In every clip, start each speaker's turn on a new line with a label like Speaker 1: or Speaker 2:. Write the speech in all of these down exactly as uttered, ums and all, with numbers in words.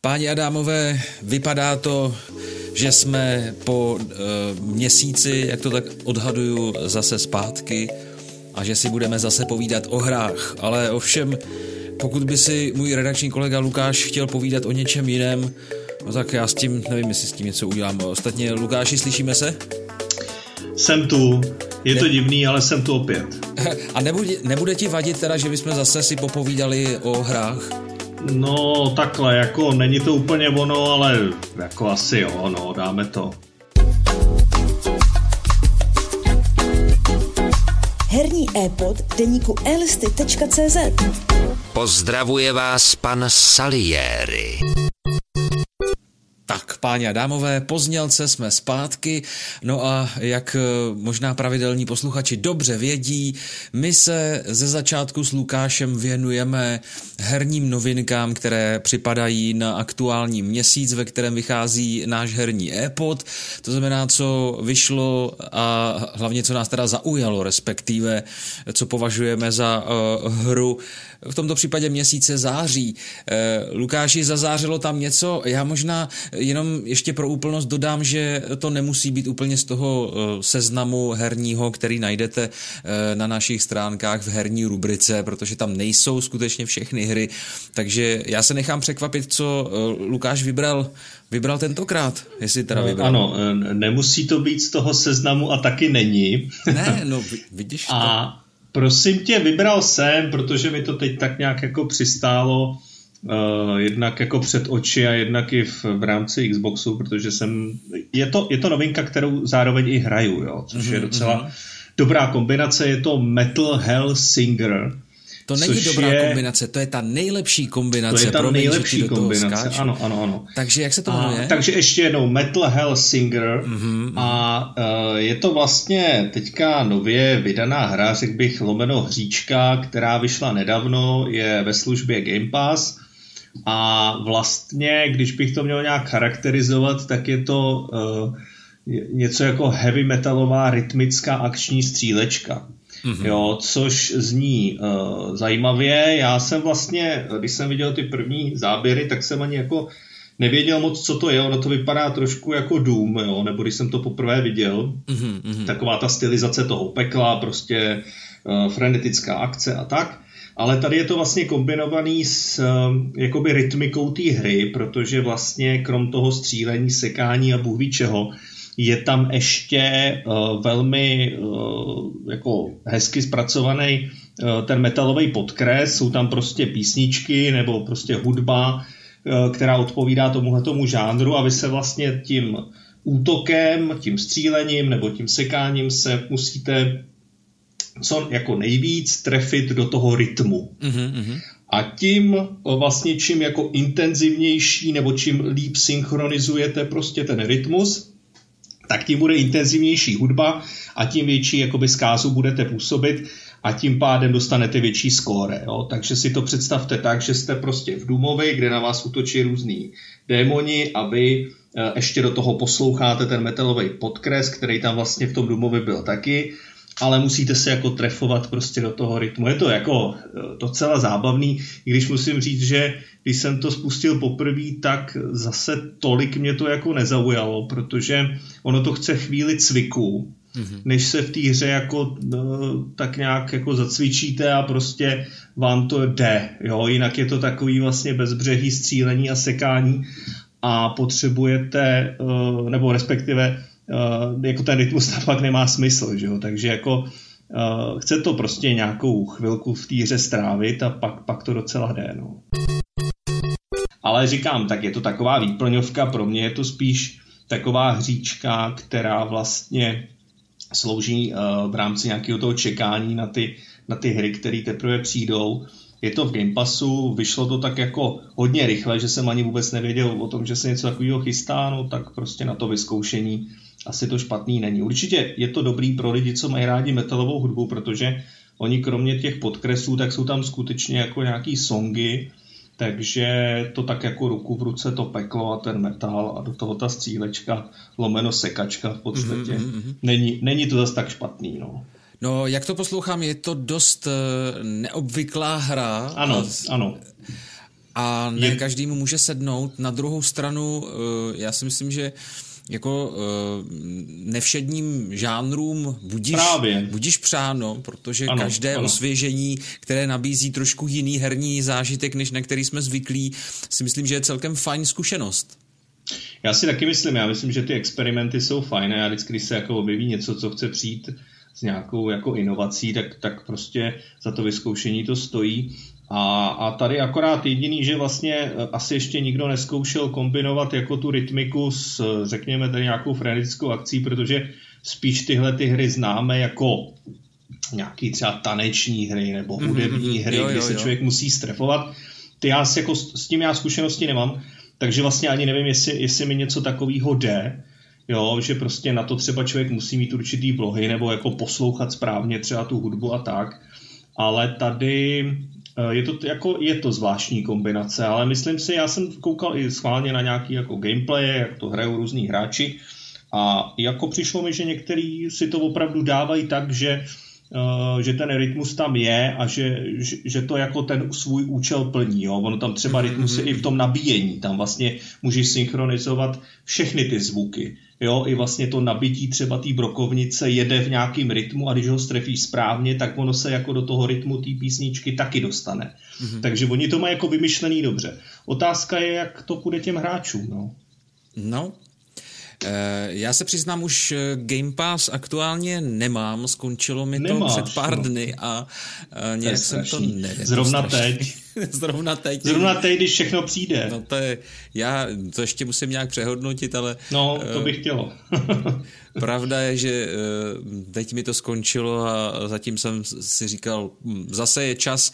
Speaker 1: Páni Adámové, vypadá to, že jsme po e, měsíci, jak to tak odhaduju, zase zpátky a že si budeme zase povídat o hrách. Ale ovšem, pokud by si můj redakční kolega Lukáš chtěl povídat o něčem jiném, no tak já s tím, nevím, jestli s tím něco udělám. Ostatně, Lukáši, slyšíme se?
Speaker 2: Jsem tu. Je to divný, ale jsem tu opět.
Speaker 1: A nebude, nebude ti vadit teda, že bychom zase si popovídali o hrách?
Speaker 2: No takhle, jako není to úplně ono, ale jako asi jo, no, dáme to.
Speaker 3: Herní e-pod deníku elisty tečka cé zet.
Speaker 4: Pozdravuje vás pan Salieri.
Speaker 1: Tak, páni a dámové, poznělce, jsme zpátky, no a jak možná pravidelní posluchači dobře vědí, my se ze začátku s Lukášem věnujeme herním novinkám, které připadají na aktuální měsíc, ve kterém vychází náš herní e-pod, to znamená, co vyšlo a hlavně, co nás teda zaujalo, respektive, co považujeme za uh, hru, v tomto případě měsíce září. Uh, Lukáši, zazářilo tam něco, já možná jenom ještě pro úplnost dodám, že to nemusí být úplně z toho seznamu herního, který najdete na našich stránkách v herní rubrice, protože tam nejsou skutečně všechny hry, takže já se nechám překvapit, co Lukáš vybral, vybral tentokrát, jestli teda vybral.
Speaker 2: Ano, nemusí to být z toho seznamu a taky není.
Speaker 1: Ne, no vidíš to.
Speaker 2: A prosím tě, vybral jsem, protože mi to teď tak nějak jako přistálo, Uh, jednak jako před oči a jednak i v, v rámci Xboxu, protože jsem, je to, je to novinka, kterou zároveň i hraju, jo, což mm-hmm. je docela dobrá kombinace, je to Metal Hellsinger.
Speaker 1: To není dobrá je, kombinace, to je ta nejlepší kombinace.
Speaker 2: To je ta
Speaker 1: Promiň,
Speaker 2: nejlepší
Speaker 1: do
Speaker 2: kombinace,
Speaker 1: skáču.
Speaker 2: ano, ano, ano.
Speaker 1: Takže jak se to jmenuje?
Speaker 2: A, takže ještě jednou Metal Hellsinger
Speaker 1: mm-hmm.
Speaker 2: a uh, je to vlastně teďka nově vydaná hra, řekl bych lomeno hříčka, která vyšla nedávno, je ve službě Game Pass. A vlastně, když bych to měl nějak charakterizovat, tak je to uh, něco jako heavy metalová rytmická akční střílečka. Mm-hmm. Jo, což zní uh, zajímavě. Já jsem vlastně, když jsem viděl ty první záběry, tak jsem ani jako nevěděl moc, co to je. Ono to vypadá trošku jako Doom, jo, nebo když jsem to poprvé viděl. Mm-hmm. Taková ta stylizace toho pekla, prostě uh, frenetická akce a tak. Ale tady je to vlastně kombinovaný s uh, jakoby rytmikou té hry, protože vlastně krom toho střílení, sekání a bůh ví čeho, je tam ještě uh, velmi uh, jako hezky zpracovaný uh, ten metalový podkres, jsou tam prostě písničky nebo prostě hudba, uh, která odpovídá tomuhletomu žánru a vy se vlastně tím útokem, tím střílením nebo tím sekáním se musíte co jako nejvíc trefit do toho rytmu. Mm-hmm. A tím vlastně čím jako intenzivnější nebo čím líp synchronizujete prostě ten rytmus, tak tím bude intenzivnější hudba a tím větší jakoby zkázu budete působit a tím pádem dostanete větší skóre. Jo? Takže si to představte tak, že jste prostě v Doomovi, kde na vás útočí různý démoni a vy ještě do toho posloucháte ten metalový podkres, který tam vlastně v tom Doomovi byl taky, ale musíte se jako trefovat prostě do toho rytmu. Je to jako docela zábavný, i když musím říct, že když jsem to spustil poprvé, tak zase tolik mě to jako nezaujalo, protože ono to chce chvíli cviku, mm-hmm. než se v té hře jako tak nějak jako zacvičíte a prostě vám to jde. Jo? Jinak je to takový vlastně bezbřehý střílení a sekání a potřebujete, nebo respektive Uh, jako ten rytmus tam pak nemá smysl, že jo? Takže jako uh, chce to prostě nějakou chvilku v té hře strávit a pak, pak to docela jde, no. Ale říkám, tak je to taková výplňovka, pro mě je to spíš taková hříčka, která vlastně slouží uh, v rámci nějakého toho čekání na ty, na ty hry, které teprve přijdou. Je to v Game Passu, vyšlo to tak jako hodně rychle, že jsem ani vůbec nevěděl o tom, že se něco takového chystá, no tak prostě na to vyzkoušení asi to špatný není. Určitě je to dobrý pro lidi, co mají rádi metalovou hudbu, protože oni kromě těch podkresů, tak jsou tam skutečně jako nějaký songy, takže to tak jako ruku v ruce to peklo a ten metal a do toho ta střílečka, lomeno sekačka v podstatě. Mm-hmm. Není, není to zase tak špatný, no.
Speaker 1: No, jak to poslouchám, je to dost uh, neobvyklá hra.
Speaker 2: Ano, ano.
Speaker 1: a ne je... každému může sednout. Na druhou stranu, já si myslím, že jako nevšedním žánrům budíš, budíš přáno, protože ano, každé ano. osvěžení, které nabízí trošku jiný herní zážitek, než na který jsme zvyklí, si myslím, že je celkem fajn zkušenost.
Speaker 2: Já si taky myslím, já myslím, že ty experimenty jsou fajn a já vždycky, když se jako objeví něco, co chce přijít s nějakou jako inovací, tak, tak prostě za to vyzkoušení to stojí. A, a tady akorát jediný, že vlastně asi ještě nikdo neskoušel kombinovat jako tu rytmiku s, řekněme, tady nějakou frenetickou akcí, protože spíš tyhle ty hry známe jako nějaký třeba taneční hry nebo hudební hry, jo, jo, kde se člověk musí strefovat. Ty já s, jako, s tím já zkušenosti nemám, takže vlastně ani nevím, jestli, jestli mi něco takového jde, jo, že prostě na to třeba člověk musí mít určitý vlohy nebo jako poslouchat správně třeba tu hudbu a tak, ale tady je to, jako, je to zvláštní kombinace, ale myslím si, já jsem koukal i schválně na nějaký jako gameplay, jak to hrajou různí hráči a jako přišlo mi, že některý si to opravdu dávají tak, že Uh, že ten rytmus tam je a že, že, že to jako ten svůj účel plní. Jo? Ono tam třeba rytmus je i v tom nabíjení. Tam vlastně můžeš synchronizovat všechny ty zvuky. Jo? I vlastně to nabití třeba té brokovnice jede v nějakým rytmu a když ho strefíš správně, tak ono se jako do toho rytmu té písničky taky dostane. Mm-hmm. Takže oni to mají jako vymyšlený dobře. Otázka je, jak to půjde těm hráčům. No.
Speaker 1: No. Já se přiznám, už Game Pass aktuálně nemám, skončilo mi
Speaker 2: Nemáš,
Speaker 1: to před pár
Speaker 2: no.
Speaker 1: dny a nějak jsem to nevím.
Speaker 2: Zrovna teď.
Speaker 1: Zrovna teď.
Speaker 2: Zrovna teď, když všechno přijde.
Speaker 1: No to je, já to ještě musím nějak přehodnotit, ale...
Speaker 2: No, to bych chtělo.
Speaker 1: Pravda je, že teď mi to skončilo a zatím jsem si říkal, zase je čas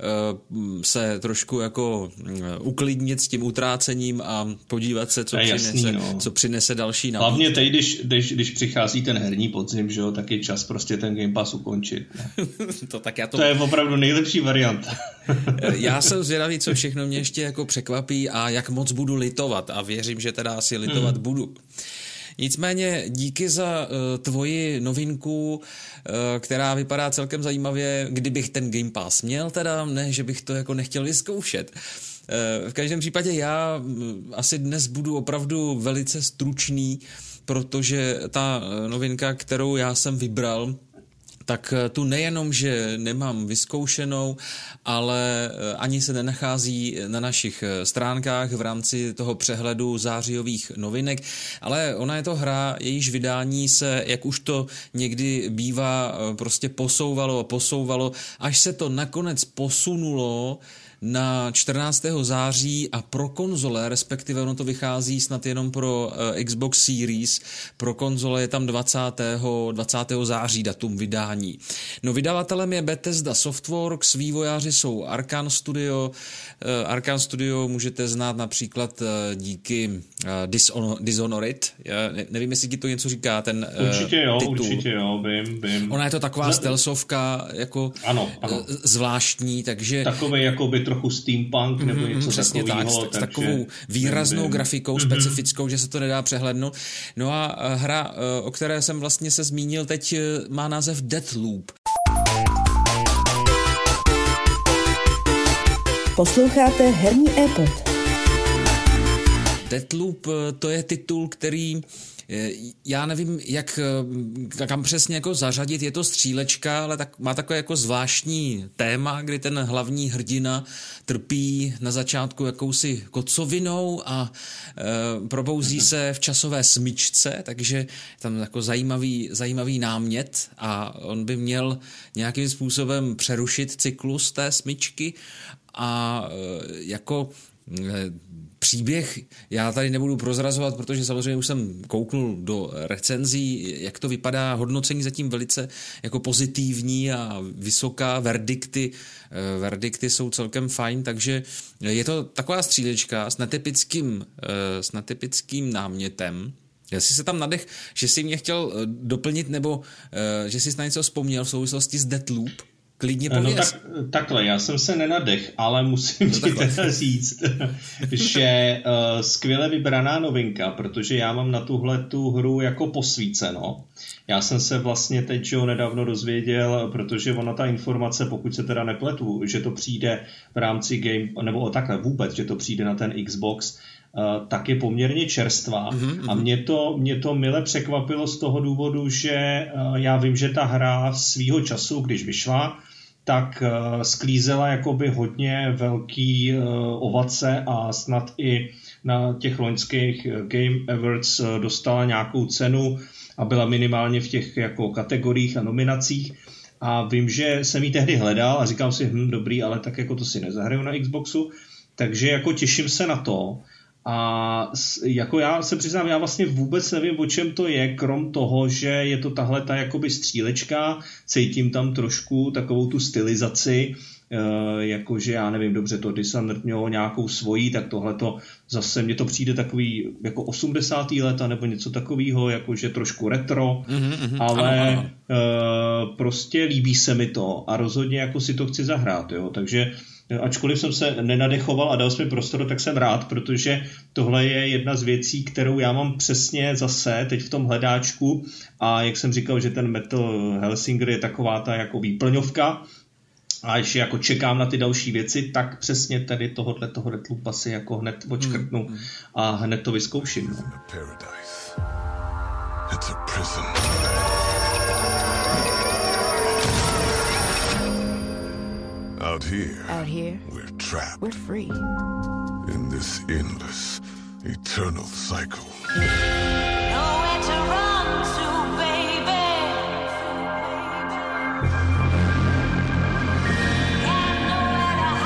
Speaker 1: se trošku jako uklidnit s tím utrácením a podívat se, co, přinese, jasný, no. co přinese další nabídka.
Speaker 2: Hlavně teď, když, když, když přichází ten herní podzim, že jo, tak je čas prostě ten Game Pass ukončit.
Speaker 1: to, tak já to...
Speaker 2: to je opravdu nejlepší varianta.
Speaker 1: Já jsem zvědavý, co všechno mě ještě jako překvapí a jak moc budu litovat a věřím, že teda asi litovat hmm. budu. Nicméně díky za uh, tvoji novinku, uh, která vypadá celkem zajímavě, kdybych ten Game Pass měl teda, ne, že bych to jako nechtěl vyzkoušet. Uh, v každém případě já uh, asi dnes budu opravdu velice stručný, protože ta uh, novinka, kterou já jsem vybral, tak tu nejenom, že nemám vyzkoušenou, ale ani se nenachází na našich stránkách v rámci toho přehledu zářijových novinek, ale ona je to hra, jejíž vydání se, jak už to někdy bývá, prostě posouvalo a posouvalo, až se to nakonec posunulo na čtrnáctého září a pro konzole, respektive ono to vychází snad jenom pro uh, Xbox Series, pro konzole je tam dvacátého září datum vydání. No vydavatelem je Bethesda Softworks, vývojáři jsou Arkane Studio. Uh, Arkane Studio můžete znát například uh, díky uh, Dishonor- Dishonored. Já ne, nevím, jestli ti to něco říká, ten uh,
Speaker 2: určitě jo,
Speaker 1: titul.
Speaker 2: Určitě jo, vím, vím.
Speaker 1: Ona je to taková stealthovka jako
Speaker 2: ano, ano.
Speaker 1: Uh, zvláštní, takže...
Speaker 2: Takovej jako by trochu steampunk nebo mm, něco
Speaker 1: přesně
Speaker 2: takového.
Speaker 1: Tak, s, s takovou výraznou nevím. grafikou, mm-hmm. specifickou, že se to nedá přehlednout. No a hra, o které jsem vlastně se zmínil, teď má název Deathloop.
Speaker 3: Posloucháte Herní iPod.
Speaker 1: Deathloop, to je titul, který já nevím, jak kam přesně jako zařadit, je to střílečka, ale tak, má takové jako zvláštní téma, kdy ten hlavní hrdina trpí na začátku jakousi kocovinou a e, probouzí se v časové smyčce, takže tam jako zajímavý, zajímavý námět a on by měl nějakým způsobem přerušit cyklus té smyčky a e, jako e, příběh, já tady nebudu prozrazovat, protože samozřejmě už jsem kouknul do recenzí, jak to vypadá, hodnocení zatím velice jako pozitivní a vysoká, verdikty, verdikty jsou celkem fajn, takže je to taková střílečka s netypickým, s netypickým námětem. Jestli se tam nadech, že jsi mě chtěl doplnit, nebo že jsi na něco vzpomněl v souvislosti s Deathloop, klidně pověz.
Speaker 2: No tak, takhle, já jsem se nenadech, ale musím
Speaker 1: no
Speaker 2: ti teda říct, že uh, skvěle vybraná novinka, protože já mám na tuhle tu hru jako posvíceno. Já jsem se vlastně teď, že ho nedávno dozvěděl, protože ona ta informace, pokud se teda nepletu, že to přijde v rámci game, nebo o takhle vůbec, že to přijde na ten Xbox, Uh, tak je poměrně čerstvá mm-hmm. a mě to, mě to mile překvapilo z toho důvodu, že uh, já vím, že ta hra svýho času, když vyšla, tak uh, sklízela jakoby hodně velký uh, ovace a snad i na těch loňských Game Awards uh, dostala nějakou cenu a byla minimálně v těch jako kategoriích a nominacích. A vím, že jsem ji tehdy hledal a říkám si, hm, dobrý, ale tak jako to si nezahraju na Xboxu, takže jako těším se na to. A jako já se přiznám, já vlastně vůbec nevím, o čem to je, krom toho, že je to tahle ta jakoby střílečka, cítím tam trošku takovou tu stylizaci, e, jakože já nevím, dobře, to Dishonored mělo nějakou svojí, tak tohle to zase mně to přijde takový jako osmdesátá léta nebo něco takového, jakože trošku retro, mm-hmm, ale ano, ano. E, prostě líbí se mi to a rozhodně jako si to chci zahrát, jo, takže ačkoliv jsem se nenadechoval a dal jsem mi prostor, tak jsem rád, protože tohle je jedna z věcí, kterou já mám přesně zase teď v tom hledáčku a jak jsem říkal, že ten Metal Hellsinger je taková ta jako výplňovka a ještě jako čekám na ty další věci, tak přesně tady tohohle toho Deathloop asi jako hned odškrtnu mm. a hned to vyzkouším. No.
Speaker 5: Out here,
Speaker 6: Out here,
Speaker 5: we're trapped.
Speaker 6: We're free.
Speaker 5: In this endless, eternal cycle.
Speaker 7: Nowhere to run to, baby. Got nowhere to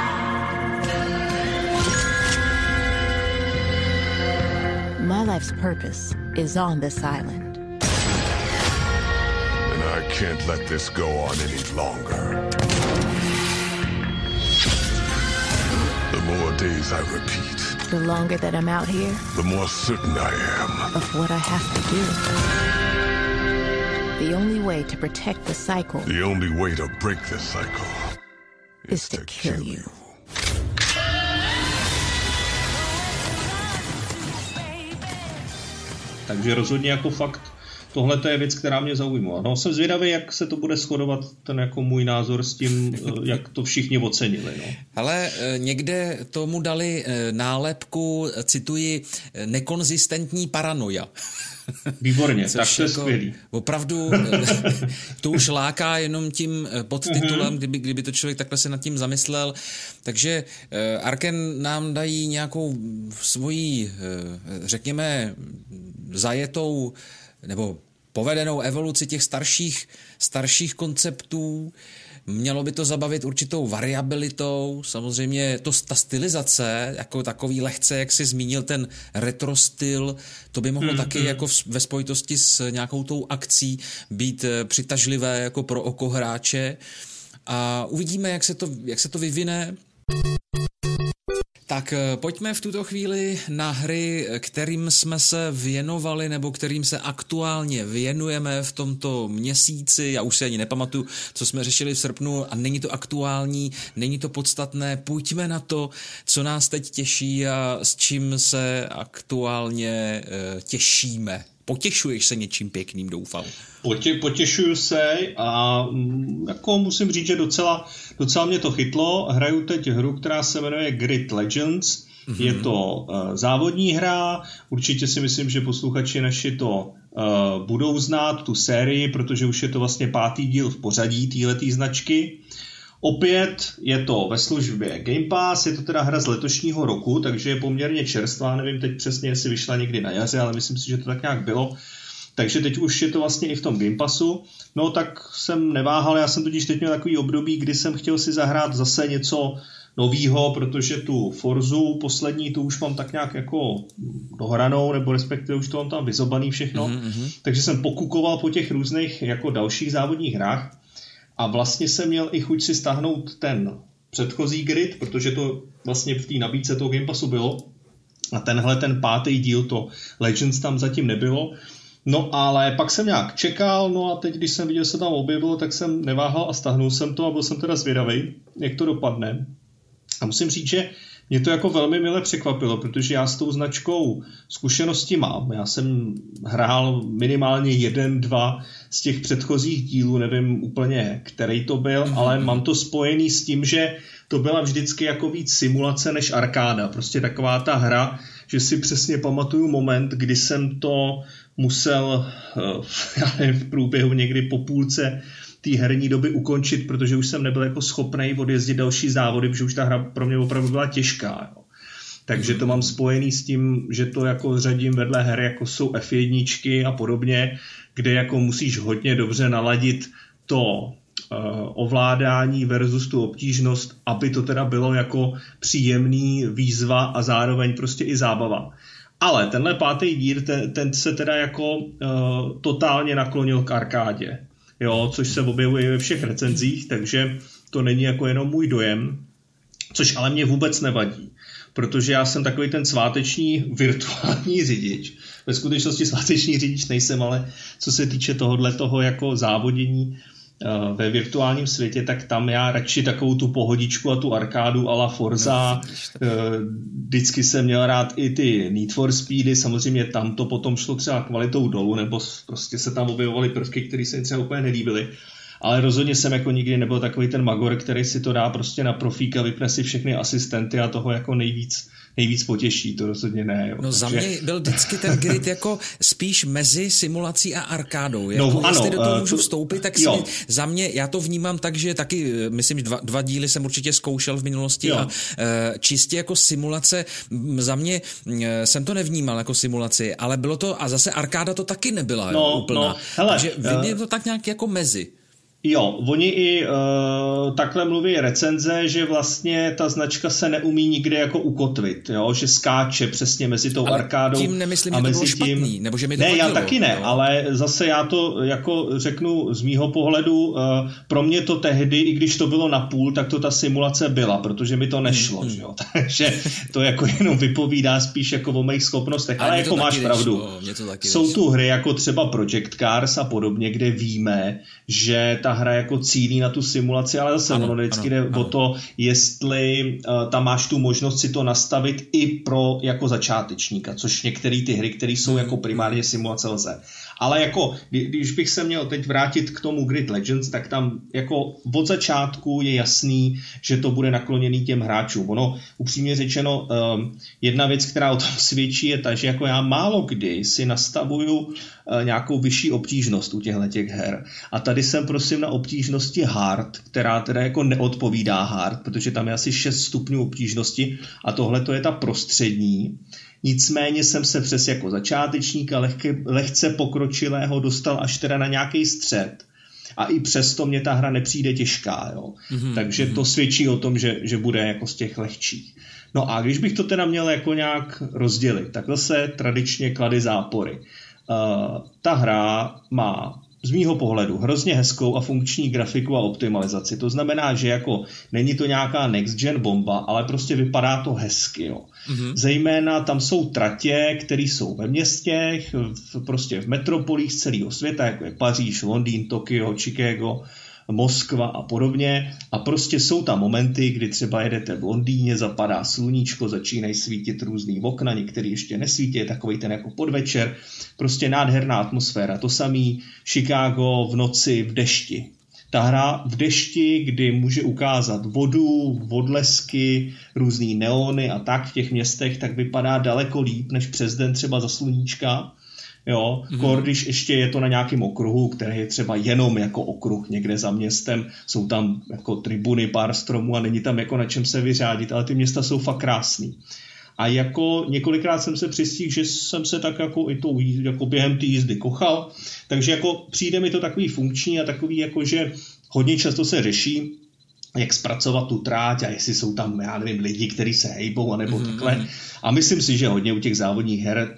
Speaker 7: hide.
Speaker 6: My life's purpose is on this island.
Speaker 5: And I can't let this go on any longer. The more days I repeat,
Speaker 6: The longer that I'm out here,
Speaker 5: the more certain I am
Speaker 6: of what I have to do. The only way to protect the cycle
Speaker 5: the only way to break this cycle
Speaker 6: is to kill you.
Speaker 2: Takže rozhodně jako fakt tohle je věc, která mě zaujímala. No, jsem zvědavý, jak se to bude shodovat ten jako můj názor s tím, jak to všichni ocenili. No.
Speaker 1: Ale někde tomu dali nálepku, cituji, nekonzistentní paranoia.
Speaker 2: Výborně,
Speaker 1: Což
Speaker 2: tak to je
Speaker 1: jako
Speaker 2: skvělý.
Speaker 1: Opravdu to už láká jenom tím podtitulem, kdyby, kdyby to člověk takhle se nad tím zamyslel. Takže Arken nám dají nějakou svoji, řekněme, zajetou nebo povedenou evoluci těch starších, starších konceptů. Mělo by to zabavit určitou variabilitou, samozřejmě to, ta stylizace, jako takový lehce, jak jsi zmínil, ten retro styl, to by mohlo mm, taky mm. jako v, ve spojitosti s nějakou tou akcí být přitažlivé jako pro oko hráče a uvidíme, jak se to, jak se to vyvine. Tak pojďme v tuto chvíli na hry, kterým jsme se věnovali nebo kterým se aktuálně věnujeme v tomto měsíci. Já už si ani nepamatuju, co jsme řešili v srpnu a není to aktuální, není to podstatné. Pojďme na to, co nás teď těší a s čím se aktuálně e, těšíme. Potěšuješ se něčím pěkným, doufám.
Speaker 2: Potě, potěšuju se a jako musím říct, že docela, docela mě to chytlo. Hraju teď hru, která se jmenuje Grid Legends. Mm-hmm. Je to uh, závodní hra. Určitě si myslím, že posluchači naši to uh, budou znát, tu sérii, protože už je to vlastně pátý díl v pořadí téhletý značky. Opět je to ve službě Game Pass, je to teda hra z letošního roku, takže je poměrně čerstvá, nevím teď přesně, jestli vyšla někdy na jaře, ale myslím si, že to tak nějak bylo. Takže teď už je to vlastně i v tom Game Passu. No tak jsem neváhal, já jsem totiž teď měl takový období, kdy jsem chtěl si zahrát zase něco novýho, protože tu Forzu poslední, tu už mám tak nějak jako dohranou, nebo respektive už to mám tam vyzobaný všechno. Mm-hmm. Takže jsem pokukoval po těch různých jako dalších závodních hrách. A vlastně jsem měl i chuť si stáhnout ten předchozí Grid, protože to vlastně v té nabídce toho Game Passu bylo. A tenhle ten pátý díl, to Legends tam zatím nebylo. No ale pak jsem nějak čekal, no a teď, když jsem viděl, že se tam objevilo, tak jsem neváhal a stáhnul jsem to a byl jsem teda zvědavý, jak to dopadne. A musím říct, že mě to jako velmi mile překvapilo, protože já s tou značkou zkušenosti mám. Já jsem hrál minimálně jeden, dva z těch předchozích dílů, nevím úplně, který to byl, ale mám to spojený s tím, že to byla vždycky jako víc simulace než arkáda. Prostě taková ta hra, že si přesně pamatuju moment, kdy jsem to musel já nevím, v průběhu někdy po půlce té herní doby ukončit, protože už jsem nebyl jako schopnej odjezdit další závody, protože už ta hra pro mě opravdu byla těžká. Jo. Takže to mám spojený s tím, že to jako řadím vedle her, jako jsou F jedna a podobně, kde jako musíš hodně dobře naladit to uh, ovládání versus tu obtížnost, aby to teda bylo jako příjemný výzva a zároveň prostě i zábava. Ale tenhle pátý díl, ten, ten se teda jako uh, totálně naklonil k arkádě. Jo, což se objevuje ve všech recenzích, takže to není jako jenom můj dojem, což ale mě vůbec nevadí, protože já jsem takový ten sváteční virtuální řidič. Ve skutečnosti sváteční řidič nejsem, ale co se týče tohohle toho jako závodění uh, ve virtuálním světě, tak tam já radši takovou tu pohodičku a tu arkádu a la Forza. Uh, vždycky jsem měl rád i ty Need for Speedy, samozřejmě tam to potom šlo třeba kvalitou dolů, nebo prostě se tam objevovaly prvky, které se třeba úplně nelíbily. Ale rozhodně jsem jako nikdy nebyl takový ten magor, který si to dá prostě na profíka, vypne si všechny asistenty a toho jako nejvíc, nejvíc potěší, to rozhodně ne. Jo.
Speaker 1: No
Speaker 2: takže...
Speaker 1: za mě byl vždycky ten grid jako spíš mezi simulací a arkádou. Jako
Speaker 2: no,
Speaker 1: jestli
Speaker 2: ano,
Speaker 1: do toho
Speaker 2: uh,
Speaker 1: můžu
Speaker 2: to...
Speaker 1: vstoupit, tak si, za mě, já to vnímám tak, že taky, myslím, dva, dva díly jsem určitě zkoušel v minulosti jo. a uh, čistě jako simulace, za mě uh, jsem to nevnímal jako simulaci, ale bylo to, a zase arkáda to taky nebyla
Speaker 2: no,
Speaker 1: jo, úplná.
Speaker 2: No, hele,
Speaker 1: takže
Speaker 2: uh...
Speaker 1: vy mě to tak nějak jako mezi.
Speaker 2: Jo, oni i uh, takhle mluví recenze, že vlastně ta značka se neumí nikde jako ukotvit, jo? Že skáče přesně mezi tou
Speaker 1: ale
Speaker 2: arkádou
Speaker 1: tím nemyslím,
Speaker 2: a
Speaker 1: že to
Speaker 2: mezi
Speaker 1: bylo
Speaker 2: tím...
Speaker 1: špatný, nebo že mi to
Speaker 2: Ne,
Speaker 1: vadilo,
Speaker 2: já taky ne,
Speaker 1: jo?
Speaker 2: ale zase já to jako řeknu z mýho pohledu, uh, pro mě to tehdy, i když to bylo na půl, tak to ta simulace byla, protože mi to nešlo, hmm, jo? Takže to jako jenom vypovídá spíš jako o mých schopnostech, ale, ale jako máš pravdu.
Speaker 1: Nešlo,
Speaker 2: jsou tu hry jako třeba Project Cars a podobně, kde víme, že ta hra jako cílí na tu simulaci, ale zase ono vždycky jde o to, jestli uh, tam máš tu možnost si to nastavit i pro jako začátečníka, což některé ty hry, které jsou jako primárně simulace, lze. Ale jako, když bych se měl teď vrátit k tomu Grid Legends, tak tam jako od začátku je jasný, že to bude nakloněný těm hráčům. Ono, upřímně řečeno, um, jedna věc, která o tom svědčí, je ta, že jako já málo kdy si nastavuju uh, nějakou vyšší obtížnost u těchto těch her. A tady jsem prosím na obtížnosti hard, která teda jako neodpovídá hard, protože tam je asi šest stupňů obtížnosti a tohle to je ta prostřední. Nicméně jsem se přes jako začátečníka lehke, lehce pokročilého dostal až teda na nějaký střed. A i přesto mě ta hra nepřijde těžká. Jo? Mm-hmm. Takže to svědčí o tom, že, že bude jako z těch lehčích. No a když bych to teda měl jako nějak rozdělit, tak zase tradičně klady zápory. Uh, ta hra má z mýho pohledu hrozně hezkou a funkční grafiku a optimalizaci. To znamená, že jako není to nějaká next gen bomba, ale prostě vypadá to hezky. Jo. Mm-hmm. Zejména tam jsou tratě, které jsou ve městech, v, prostě v metropolích z celého světa, jako je Paříž, Londýn, Tokio, Chicago, Moskva a podobně. A prostě jsou tam momenty, kdy třeba jedete v Londýně, zapadá sluníčko, začínají svítit různý okna, některý ještě nesvítí, je takový ten jako podvečer. Prostě nádherná atmosféra. To samý Chicago v noci v dešti. Ta hra v dešti, kdy může ukázat vodu, odlesky, různý neony a tak v těch městech, tak vypadá daleko líp než přes den třeba za sluníčka. Jo, mm-hmm. Kor, když ještě je to na nějakém okruhu, který je třeba jenom jako okruh někde za městem, jsou tam jako tribuny, pár stromů a není tam jako na čem se vyřádit, ale ty města jsou fakt krásný. A jako několikrát jsem se přistihl, že jsem se tak jako i tou, jako během té jízdy kochal, takže jako přijde mi to takový funkční a takový jako, že hodně často se řeší, jak zpracovat tu tráť a jestli jsou tam, já nevím, lidi, kteří se hejbou anebo mm-hmm. takhle. A myslím si, že hodně u těch závodních her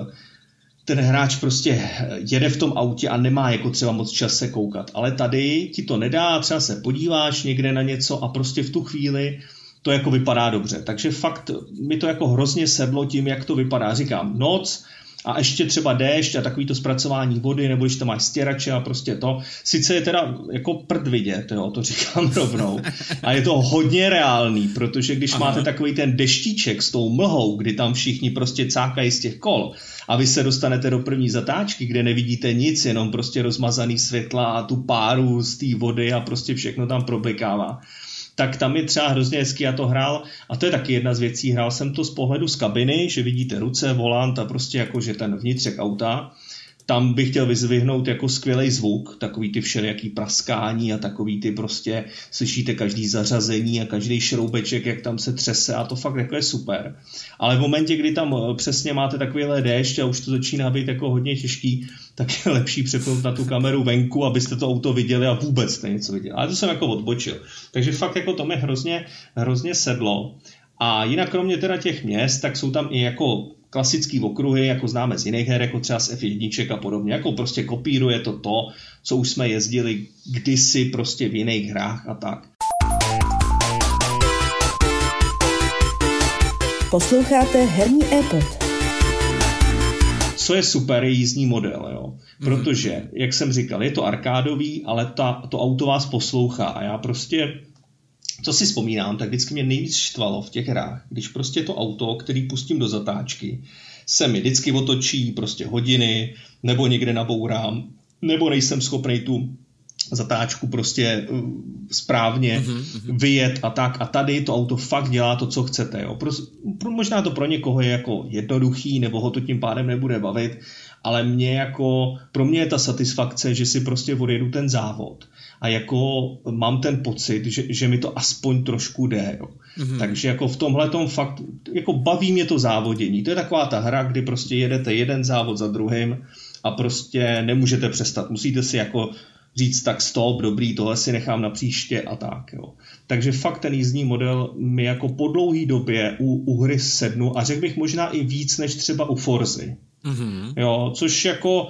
Speaker 2: ten hráč prostě jede v tom autě a nemá jako třeba moc čas se koukat. Ale tady ti to nedá, třeba se podíváš někde na něco a prostě v tu chvíli to jako vypadá dobře. Takže fakt mi to jako hrozně sedlo tím, jak to vypadá. Říkám, noc A ještě třeba déšť a takový to zpracování vody, nebo když tam máš stěrače a prostě to. Sice je teda jako prd vidět, jo, to říkám rovnou. A je to hodně reálný, protože když Aha. máte takový ten deštíček s tou mlhou, kdy tam všichni prostě cákají z těch kol a vy se dostanete do první zatáčky, kde nevidíte nic, jenom prostě rozmazaný světla a tu páru z té vody a prostě všechno tam problikává. Tak tam je třeba hrozně hezký, já to hrál a to je taky jedna z věcí, hrál jsem to z pohledu z kabiny, že vidíte ruce, volant a prostě jako, že ten vnitřek auta. Tam bych chtěl vyzvihnout jako skvělej zvuk, takový ty všelijaký praskání a takový ty prostě slyšíte každý zařazení a každý šroubeček, jak tam se třese a to fakt jako je super. Ale v momentě, kdy tam přesně máte takovýhle déšť a už to začíná být jako hodně těžký, tak je lepší přepnout na tu kameru venku, abyste to auto viděli a vůbec jste něco viděli. Ale to jsem jako odbočil. Takže fakt jako to mi hrozně, hrozně sedlo. A jinak kromě teda těch měst, tak jsou tam i jako klasický okruhy, jako známe z jiných her, jako třeba z F jedna a podobně, jako prostě kopíruje to to, co už jsme jezdili kdysi prostě v jiných hrách a tak.
Speaker 3: Posloucháte Herní e-pod.
Speaker 2: Co je super, je jízdní model, jo. Protože, jak jsem říkal, je to arkádový, ale ta, to auto vás poslouchá a já prostě, co si vzpomínám, tak vždycky mě nejvíc štvalo v těch hrách, když prostě to auto, který pustím do zatáčky, se mi vždycky otočí prostě hodiny, nebo někde nabourám, nebo nejsem schopný tu zatáčku prostě uh, správně mm-hmm. vyjet a tak. A tady to auto fakt dělá to, co chcete. Jo. Pro, pro, možná to pro někoho je jako jednoduchý, nebo ho to tím pádem nebude bavit, ale mě jako, pro mě je ta satisfakce, že si prostě odjedu ten závod a jako mám ten pocit, že, že mi to aspoň trošku jde. Jo. Mm-hmm. Takže jako v tomhletom fakt, jako baví mě to závodění. To je taková ta hra, kdy prostě jedete jeden závod za druhým a prostě nemůžete přestat. Musíte si jako říct tak stop, dobrý, tohle si nechám na příště a tak. Jo. Takže fakt ten jízdní model mi jako po dlouhý době u, u hry sednu a řekl bych možná i víc než třeba u Forzy. Mm-hmm. Jo, což jako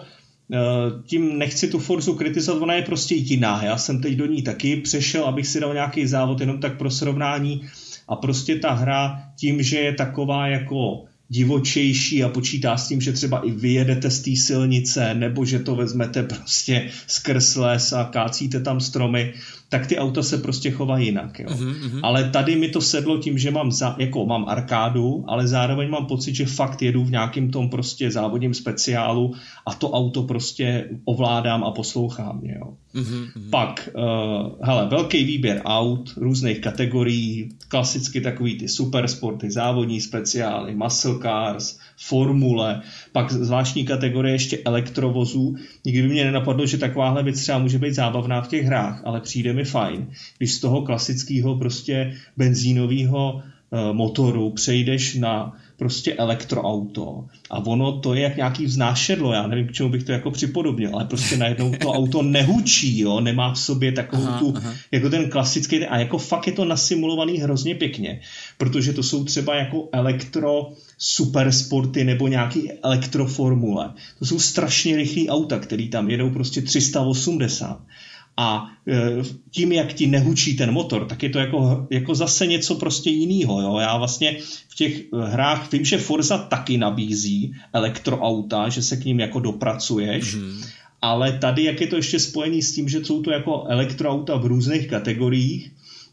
Speaker 2: tím nechci tu Forzu kritizovat, ona je prostě jiná. Já jsem teď do ní taky přešel, abych si dal nějaký závod jenom tak pro srovnání a prostě ta hra tím, že je taková jako divočejší a počítá s tím, že třeba i vyjedete z té silnice nebo že to vezmete prostě skrz les a kácíte tam stromy, tak ty auta se prostě chovají jinak. Jo. Mm-hmm. Ale tady mi to sedlo tím, že mám, za, jako mám arkádu, ale zároveň mám pocit, že fakt jedu v nějakém tom prostě závodním speciálu a to auto prostě ovládám a poslouchám. Jo. Mm-hmm. Pak, uh, hele, velký výběr aut, různých kategorií, klasicky takový ty supersporty, závodní speciály, muscle cars, formule, pak zvláštní kategorie ještě elektrovozů. Nikdy by mě nenapadlo, že takováhle věc třeba může být zábavná v těch hrách, ale přijde mi fajn, když z toho klasického prostě benzínového uh, motoru přejdeš na prostě elektroauto a ono to je jak nějaký vznášedlo, já nevím, k čemu bych to jako připodobnil, ale prostě najednou to auto nehučí, jo, nemá v sobě takovou aha, tu, aha. jako ten klasický, a jako fakt je to nasimulovaný hrozně pěkně, protože to jsou třeba jako elektro supersporty nebo nějaký elektroformule. To jsou strašně rychlý auta, který tam jedou prostě tři sta osmdesát. A tím, jak ti nehučí ten motor, tak je to jako, jako zase něco prostě jinýho. Jo? Já vlastně v těch hrách vím, že Forza taky nabízí elektroauta, že se k ním jako dopracuješ, mm-hmm. ale tady, jak je to ještě spojený s tím, že jsou to jako elektroauta v různých kategoriích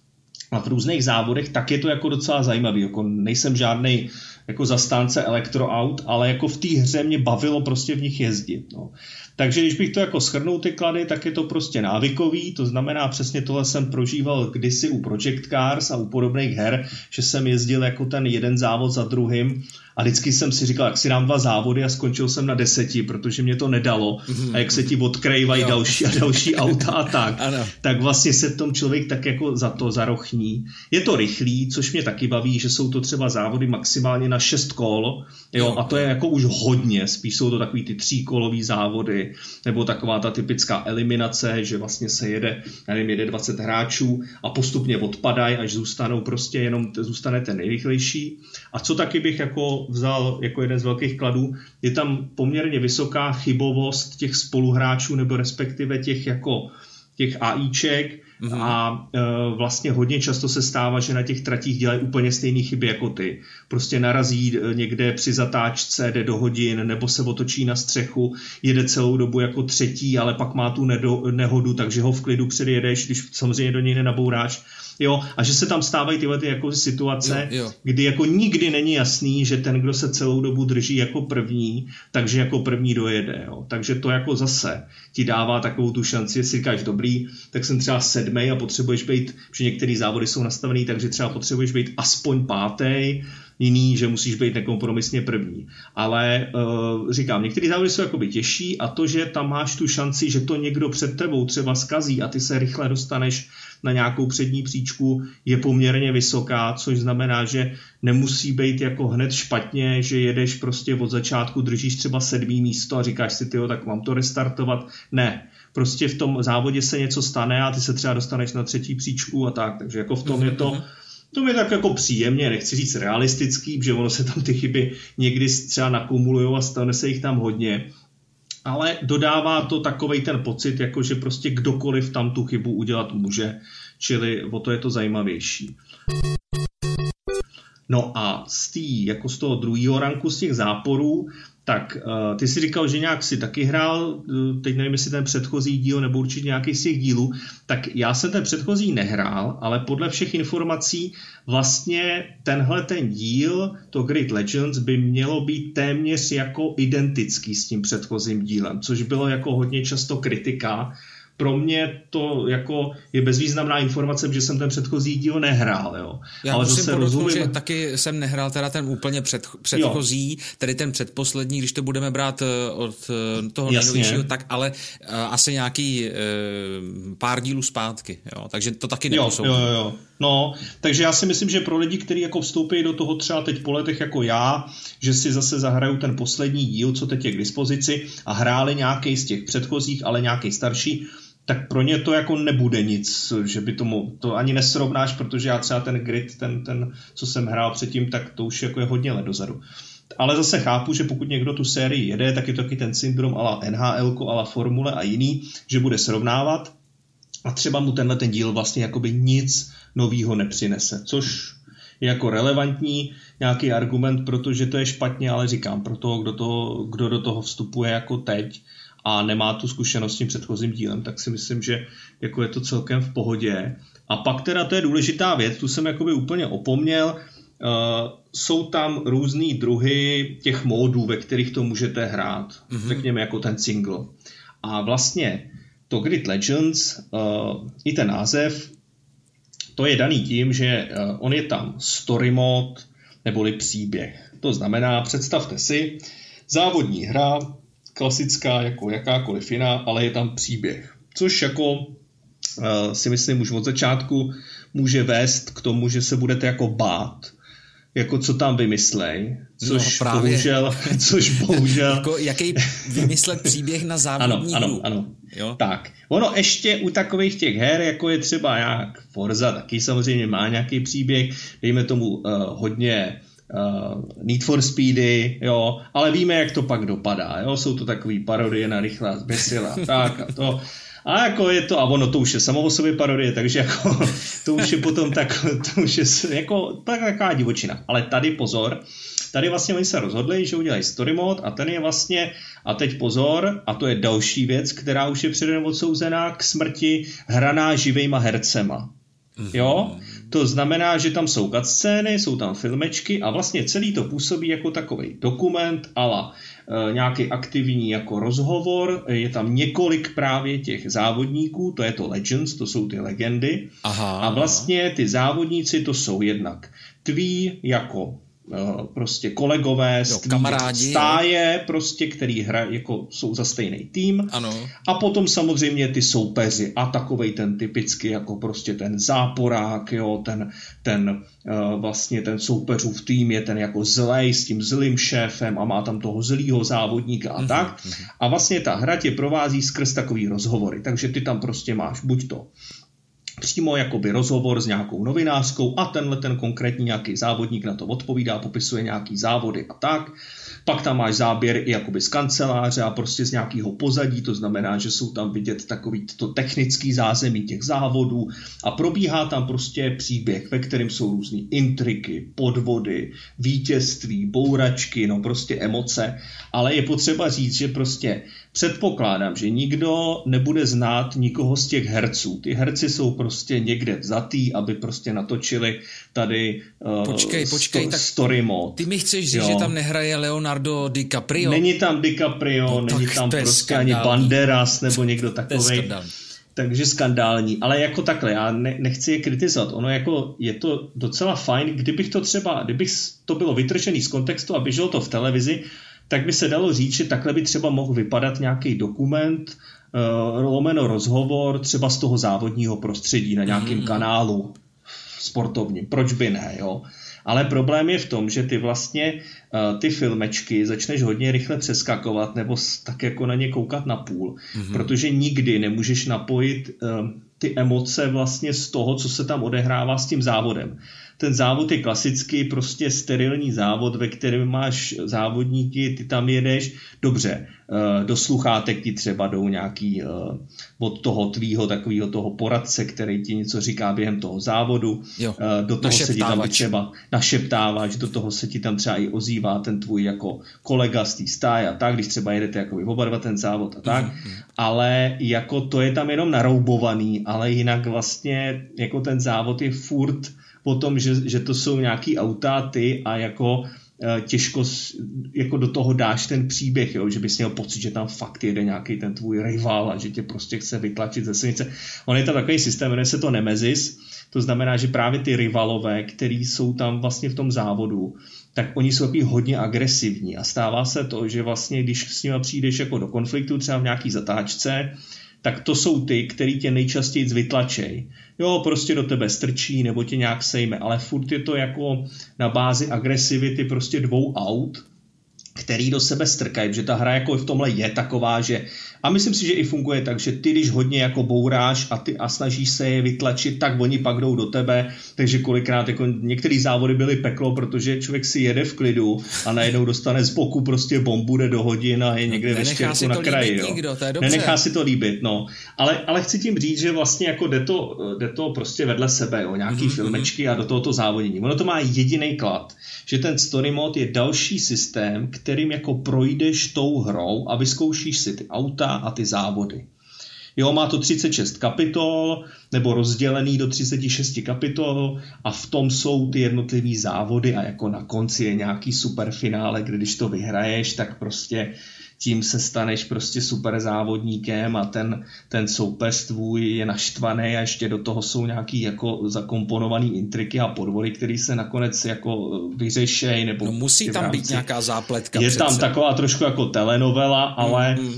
Speaker 2: a v různých závodech, tak je to jako docela zajímavý. Jako nejsem žádnej jako zastánce elektroaut, ale jako v té hře mě bavilo prostě v nich jezdit. No. Takže když bych to jako shrnul ty klady, tak je to prostě návykový, to znamená přesně tohle jsem prožíval kdysi u Project Cars a u podobných her, že jsem jezdil jako ten jeden závod za druhým a vždycky jsem si říkal, jak si dám dva závody a skončil jsem na deseti, protože mě to nedalo a jak se ti odkrývají další a další auta a tak, ano. tak vlastně se v tom člověk tak jako za to zarochní. Je to rychlý, což mě taky baví, že jsou to třeba závody maximálně na šest kol, jo, a to je jako už hodně, spíš jsou to takový ty tříkolový závody, nebo taková ta typická eliminace, že vlastně se jede, nevím, jede dvacet hráčů a postupně odpadají, až zůstanou prostě jenom, zůstane ten nejrychlejší. A co taky bych jako vzal jako jeden z velkých kladů, je tam poměrně vysoká chybovost těch spoluhráčů, nebo respektive těch jako těch AIček mm-hmm. a e, vlastně hodně často se stává, že na těch tratích dělají úplně stejné chyby jako ty. Prostě narazí někde při zatáčce, jde do hodin, nebo se otočí na střechu, jede celou dobu jako třetí, ale pak má tu nedo, nehodu, takže ho v klidu předjedeš, když samozřejmě do něj nenabouráš. Jo, a že se tam stávají tyhle ty jako situace, jo, jo. kdy jako nikdy není jasný, že ten, kdo se celou dobu drží jako první, takže jako první dojede. Jo. Takže to jako zase ti dává takovou tu šanci, jestli říkáš dobrý, tak jsem třeba sedmej a potřebuješ být, protože některé závody jsou nastavený, takže třeba potřebuješ být aspoň pátej, jiný, že musíš být nekompromisně první. Ale uh, říkám, některé závody jsou jakoby těžší a to, že tam máš tu šanci, že to někdo před tebou třeba zkazí a ty se rychle dostaneš na nějakou přední příčku, je poměrně vysoká, což znamená, že nemusí být jako hned špatně, že jedeš prostě od začátku, držíš třeba sedmý místo a říkáš si, tyjo, tak mám to restartovat. Ne, prostě v tom závodě se něco stane a ty se třeba dostaneš na třetí příčku a tak, takže jako v tom je to To je tak jako příjemně, nechci říct realistický, protože ono se tam ty chyby někdy třeba nakumulujou a stane se jich tam hodně, ale dodává to takovej ten pocit, jako že prostě kdokoliv tam tu chybu udělat může, čili o to je to zajímavější. No a z, tý, jako z toho druhého ranku, z těch záporů, tak uh, ty si říkal, že nějak si taky hrál, uh, teď nevím, jestli ten předchozí díl nebo určitě nějaký z těch dílů, tak já jsem ten předchozí nehrál, ale podle všech informací vlastně tenhle ten díl, to Grid Legends, by mělo být téměř jako identický s tím předchozím dílem, což bylo jako hodně často kritika. Pro mě to jako je bezvýznamná informace, protože jsem ten předchozí díl nehrál. Jo.
Speaker 1: Já
Speaker 2: ale
Speaker 1: musím podotknout, že taky jsem nehrál teda ten úplně před, předchozí, jo. Tedy ten předposlední, když to budeme brát od toho nejnovějšího, tak ale uh, asi nějaký uh, pár dílů zpátky. Jo. Takže to taky neposoudím.
Speaker 2: Jo, jo, jo. No, takže já si myslím, že pro lidi, kteří jako vstoupí do toho třeba teď po letech jako já, že si zase zahrajou ten poslední díl, co teď je k dispozici a hráli nějaký z těch předchozích, ale nějaký starší, tak pro ně to jako nebude nic, že by tomu, to ani nesrovnáš, protože já třeba ten Grid, ten, ten, co jsem hrál předtím, tak to už jako je hodně let dozadu. Ale zase chápu, že pokud někdo tu sérii jede, tak je to taky ten syndrom a la N H L, a la Formule a jiný, že bude srovnávat a třeba mu tenhle ten díl vlastně jakoby nic novýho nepřinese, což je jako relevantní nějaký argument, protože to je špatně, ale říkám, pro toho, kdo, to, kdo do toho vstupuje jako teď a nemá tu zkušenost s tím předchozím dílem, tak si myslím, že jako je to celkem v pohodě. A pak teda to je důležitá věc, tu jsem jakoby úplně opomněl, uh, jsou tam různý druhy těch módů, ve kterých to můžete hrát, mm-hmm. řekněme jako ten single. A vlastně to Grid Legends, uh, i ten název, to je daný tím, že uh, on je tam story mod, neboli příběh. To znamená, představte si, závodní hra, klasická jako jakákoliv jiná, ale je tam příběh. Což jako uh, si myslím už od začátku může vést k tomu, že se budete jako bát, jako co tam vymyslej, což
Speaker 1: no,
Speaker 2: bohužel, což bohužel...
Speaker 1: jako jaký vymyslet příběh na závodní
Speaker 2: ano,
Speaker 1: hru.
Speaker 2: ano, ano.
Speaker 1: Jo?
Speaker 2: Tak. Ono ještě u takových těch her, jako je třeba jak Forza, taky samozřejmě má nějaký příběh, dejme tomu uh, hodně uh, Need for Speedy, jo, ale víme, jak to pak dopadá, jo, jsou to takový parodie na rychlá zběsila, tak a to... A jako je to, a ono to už je samo o sobě parodie, takže jako to už je potom tak, to už je jako tak taková divočina. Ale tady pozor, tady vlastně oni se rozhodli, že udělají story mod a ten je vlastně, a teď pozor, a to je další věc, která už je předem odsouzená k smrti, hraná živejma hercema. Jo? To znamená, že tam jsou cutscény, jsou tam filmečky a vlastně celý to působí jako takovej dokument ala e, nějaký aktivní jako rozhovor, je tam několik právě těch závodníků, to je to Legends, to jsou ty legendy. Aha. A vlastně ty závodníci to jsou jednak tví jako prostě kolegové,
Speaker 1: jo, kamarádi,
Speaker 2: stáje, jo. Prostě, který hra, jako jsou za stejný tým.
Speaker 1: Ano.
Speaker 2: A potom samozřejmě ty soupeři a takovej ten typicky jako prostě ten záporák, jo, ten, ten uh, vlastně ten soupeřův tým je ten jako zlej s tím zlým šéfem a má tam toho zlýho závodníka a mm-hmm. tak. A vlastně ta hra tě provází skrz takový rozhovory, takže ty tam prostě máš buď to přímo jakoby rozhovor s nějakou novinářskou a tenhle ten konkrétní nějaký závodník na to odpovídá, popisuje nějaký závody a tak. Pak tam máš záběr i jakoby z kanceláře a prostě z nějakého pozadí, to znamená, že jsou tam vidět takový to technický zázemí těch závodů a probíhá tam prostě příběh, ve kterém jsou různý intriky, podvody, vítězství, bouračky, no prostě emoce, ale je potřeba říct, že prostě předpokládám, že nikdo nebude znát nikoho z těch herců. Ty herci jsou prostě někde vzatý, aby prostě natočili tady uh,
Speaker 1: počkej, počkej,
Speaker 2: sto,
Speaker 1: tak
Speaker 2: story mode.
Speaker 1: Ty mi chceš říct,
Speaker 2: jo.
Speaker 1: že tam nehraje Leonardo DiCaprio?
Speaker 2: Není tam DiCaprio,
Speaker 1: no,
Speaker 2: není tam prostě
Speaker 1: skandální.
Speaker 2: ani Banderas nebo někdo takovej. Takže skandální, ale jako takhle, já ne, nechci je kritizovat, ono jako je to docela fajn, kdybych to třeba, kdybych to bylo vytržený z kontextu a běželo to v televizi, tak by se dalo říct, že takhle by třeba mohl vypadat nějaký dokument, uh, lomeno rozhovor třeba z toho závodního prostředí na nějakém mm. kanálu sportovním. Proč by ne, jo? Ale problém je v tom, že ty vlastně uh, ty filmečky začneš hodně rychle přeskakovat nebo tak jako na ně koukat na půl, mm-hmm. protože nikdy nemůžeš napojit uh, ty emoce vlastně z toho, co se tam odehrává s tím závodem. Ten závod je klasický prostě sterilní závod, ve kterém máš závodníky, ty tam jedeš, dobře, do sluchátek ti třeba jdou nějaký od toho tvýho takového toho poradce, který ti něco říká během toho závodu, jo, do toho se ti tam třeba našeptáváš, do toho se ti tam třeba i ozývá ten tvůj jako kolega z té stáje a tak, když třeba jedete jako oba dva ten závod a tak, mm-hmm. ale jako to je tam jenom naroubovaný, ale jinak vlastně jako ten závod je furt o tom, že, že to jsou nějaký auta, ty a jako e, těžko jako do toho dáš ten příběh, jo? Že bys měl pocit, že tam fakt jede nějaký ten tvůj rival a že tě prostě chce vytlačit ze silnice. On je tam takový systém, jmenuje se to Nemesis, to znamená, že právě ty rivalové, který jsou tam vlastně v tom závodu, tak oni jsou takový hodně agresivní a stává se to, že vlastně když s nimi přijdeš jako do konfliktu třeba v nějaký zatáčce, tak to jsou ty, který tě nejčastěji vytlačej. Jo, prostě do tebe strčí nebo tě nějak sejme, ale furt je to jako na bázi agresivity prostě dvou aut, který do sebe strkají, protože ta hra jako v tomhle je taková, že a myslím si, že i funguje tak, že ty, když hodně jako bouráš a ty a snažíš se je vytlačit, tak oni pak jdou do tebe, takže kolikrát jako některé závody byly peklo, protože člověk si jede v klidu a najednou dostane z boku prostě bombu, jde do hodin a je někde ve štěrku na kraji. Jo.
Speaker 1: Nikdo, to je dobře.
Speaker 2: Nenechá si to líbit, no. Ale, ale chci tím říct, že vlastně jako jde to, jde to prostě vedle sebe, jo, nějaký mm-hmm. filmečky a do tohoto závodění. Ono to má jediný klad, že ten story mode je další systém, kterým jako projdeš tou hrou a vyzkoušíš si ty auta a ty závody. Jo, má to třicet šest kapitol, nebo rozdělený do třicet šest kapitol a v tom jsou ty jednotlivý závody a jako na konci je nějaký superfinále, kde když to vyhraješ, tak prostě tím se staneš prostě super závodníkem a ten, ten soupeř tvůj je naštvaný a ještě do toho jsou nějaký jako zakomponovaný intriky a podvody, který se nakonec jako vyřešej. Nebo
Speaker 1: no musí tam rámci. Být nějaká zápletka.
Speaker 2: Je
Speaker 1: přece.
Speaker 2: Tam taková trošku jako telenovela, ale mm, mm.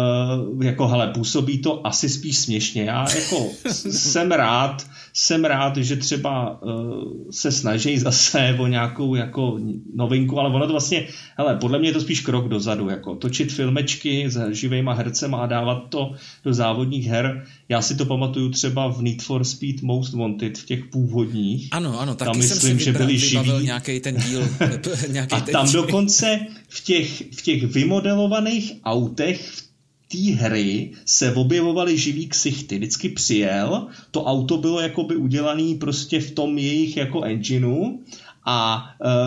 Speaker 2: Uh, jako hele, působí to asi spíš směšně. Já jako jsem rád, jsem rád, že třeba uh, se snaží zase o nějakou jako novinku, ale ono to vlastně, hele, podle mě je to spíš krok dozadu, jako točit filmečky s živejma hercema a dávat to do závodních her. Já si to pamatuju třeba v Need for Speed Most Wanted, v těch původních.
Speaker 1: Ano, ano, taky
Speaker 2: tam
Speaker 1: jsem
Speaker 2: myslím,
Speaker 1: si
Speaker 2: že byli živí.
Speaker 1: Nějaký ten díl. nějaký
Speaker 2: a
Speaker 1: ten
Speaker 2: tam
Speaker 1: díl.
Speaker 2: dokonce v těch, v těch vymodelovaných autech v té hry se objevovaly živý ksichty. Vždycky přijel, to auto bylo jakoby udělané prostě v tom jejich jako engineu, a,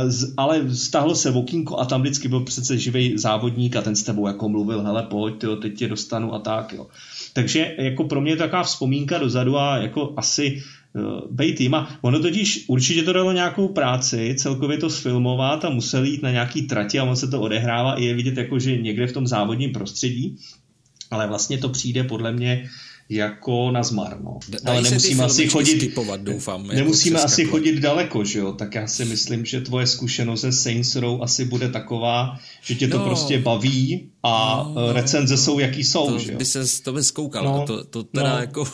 Speaker 2: ale stáhlo se okýnko a tam vždycky byl přece živý závodník a ten s tebou jako mluvil, hele pojď, tyjo, teď tě dostanu a tak. Jo. Takže jako pro mě je taková vzpomínka dozadu a jako asi uh, bej týma. Ono totiž určitě to dalo nějakou práci, celkově to sfilmovat a museli jít na nějaký trati a on se to odehrává i je vidět jako, že někde v tom závodním prostředí, ale vlastně to přijde podle mě jako na zmar, no. Ale nemusíme asi chodit, skipovat, doufám, nemusíme jako asi chodit daleko, že jo, tak já si myslím, že tvoje zkušenost se Saints Row asi bude taková, že tě to no, prostě baví a no, recenze jsou jaký jsou,
Speaker 1: to
Speaker 2: že jo.
Speaker 1: By se, to by zkoukal, no, to, to teda no. jako...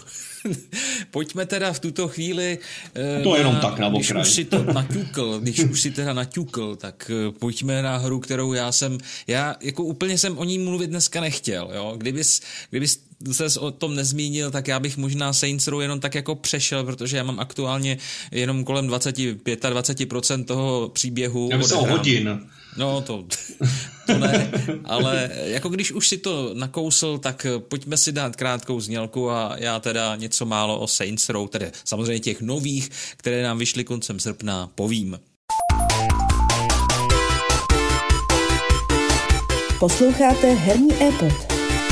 Speaker 1: Pojďme teda v tuto chvíli
Speaker 2: to
Speaker 1: na,
Speaker 2: jenom tak na
Speaker 1: když už si to naťukl, když už si teda naťukl, tak pojďme na hru, kterou já jsem, já jako úplně jsem o ní mluvit dneska nechtěl, jo, kdybys, kdybys ses o tom nezmínil, tak já bych možná Saints Row jenom tak jako přešel, protože já mám aktuálně jenom kolem dvacet pět až dvacet procent toho příběhu
Speaker 2: já myslím hodin.
Speaker 1: No to, to ne, ale jako když už si to nakousl, tak pojďme si dát krátkou znělku a já teda něco málo o Saints Row, tedy samozřejmě těch nových, které nám vyšly koncem srpna, povím.
Speaker 3: Posloucháte Herní e-pod.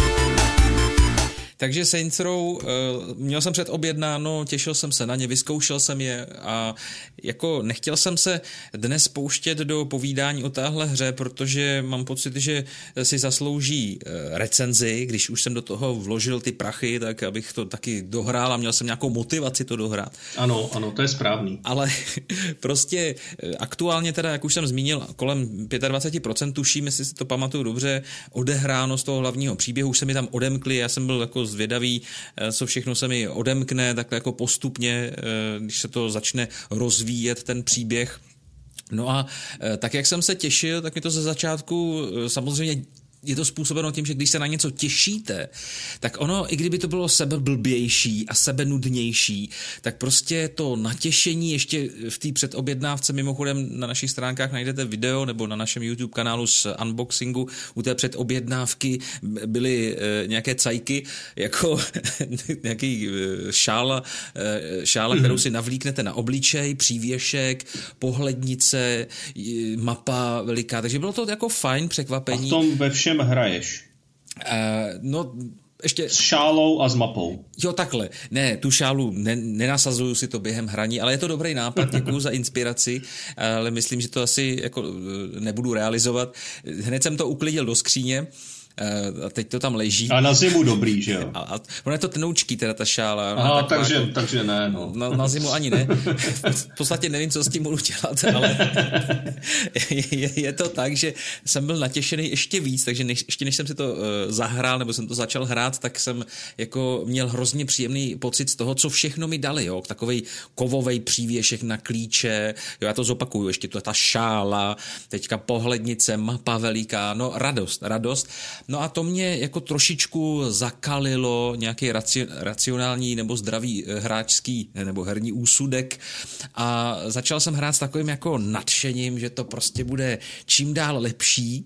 Speaker 1: Takže Saints Row, měl jsem předobjednáno, těšil jsem se na ně, vyzkoušel jsem je a jako nechtěl jsem se dnes pouštět do povídání o téhle hře, protože mám pocit, že si zaslouží recenzi, když už jsem do toho vložil ty prachy, tak abych to taky dohrál a měl jsem nějakou motivaci to dohrát.
Speaker 2: Ano, ano, to je správný.
Speaker 1: Ale prostě aktuálně teda, jak už jsem zmínil, kolem dvacet pět procent tuším, jestli si to pamatuju dobře, odehráno z toho hlavního příběhu, už se mi tam odemkli, já jsem byl jako zvědavý, co všechno se mi odemkne, takhle jako postupně, když se to začne rozvíjet ten příběh. No a tak, jak jsem se těšil, tak mi to ze začátku samozřejmě je to způsobeno tím, že když se na něco těšíte, tak ono, i kdyby to bylo sebeblbější a sebenudnější, tak prostě to natěšení ještě v té předobjednávce, mimochodem na našich stránkách najdete video, nebo na našem YouTube kanálu z unboxingu u té předobjednávky byly e, nějaké cajky, jako nějaký e, šála, e, šála, mm-hmm. kterou si navlíknete na obličej, přívěšek, pohlednice, e, mapa veliká, takže bylo to jako fajn překvapení.
Speaker 2: A v tom ve všem hraješ?
Speaker 1: Uh, no, ještě...
Speaker 2: S šálou a s mapou.
Speaker 1: Jo, takhle. Ne, tu šálu ne, nenasazuju si to během hraní, ale je to dobrý nápad, děkuju za inspiraci, ale myslím, že to asi jako nebudu realizovat. Hned jsem to uklidil do skříně, a teď to tam leží.
Speaker 2: A na zimu dobrý, že jo?
Speaker 1: A, a ono je to tenoučký, teda ta šála.
Speaker 2: Aha, takže, jako, takže ne, no.
Speaker 1: Na, na zimu ani ne. V podstatě nevím, co s tím budu dělat, ale je, je to tak, že jsem byl natěšený ještě víc, takže než, ještě než jsem si to uh, zahrál, nebo jsem to začal hrát, tak jsem jako měl hrozně příjemný pocit z toho, co všechno mi dali, jo? Takovej kovovej přívěšek na klíče, jo, já to zopakuju, ještě to ta šála, teďka pohlednice, mapa veliká, no radost, radost. No a to mě jako trošičku zakalilo nějaký raci, racionální nebo zdravý hráčský nebo herní úsudek a začal jsem hrát s takovým jako nadšením, že to prostě bude čím dál lepší.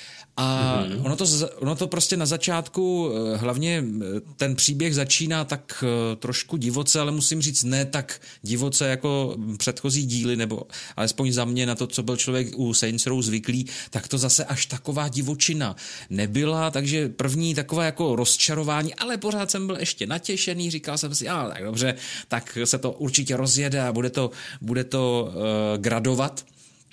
Speaker 1: A mm-hmm. ono, to, ono to prostě na začátku, hlavně ten příběh začíná tak trošku divoce, ale musím říct ne tak divoce jako předchozí díly, nebo alespoň za mě na to, co byl člověk u Saints Row zvyklý, tak to zase až taková divočina nebyla, takže první takové jako rozčarování, ale pořád jsem byl ještě natěšený, říkal jsem si, ale tak dobře, tak se to určitě rozjede a bude to, bude to uh, gradovat.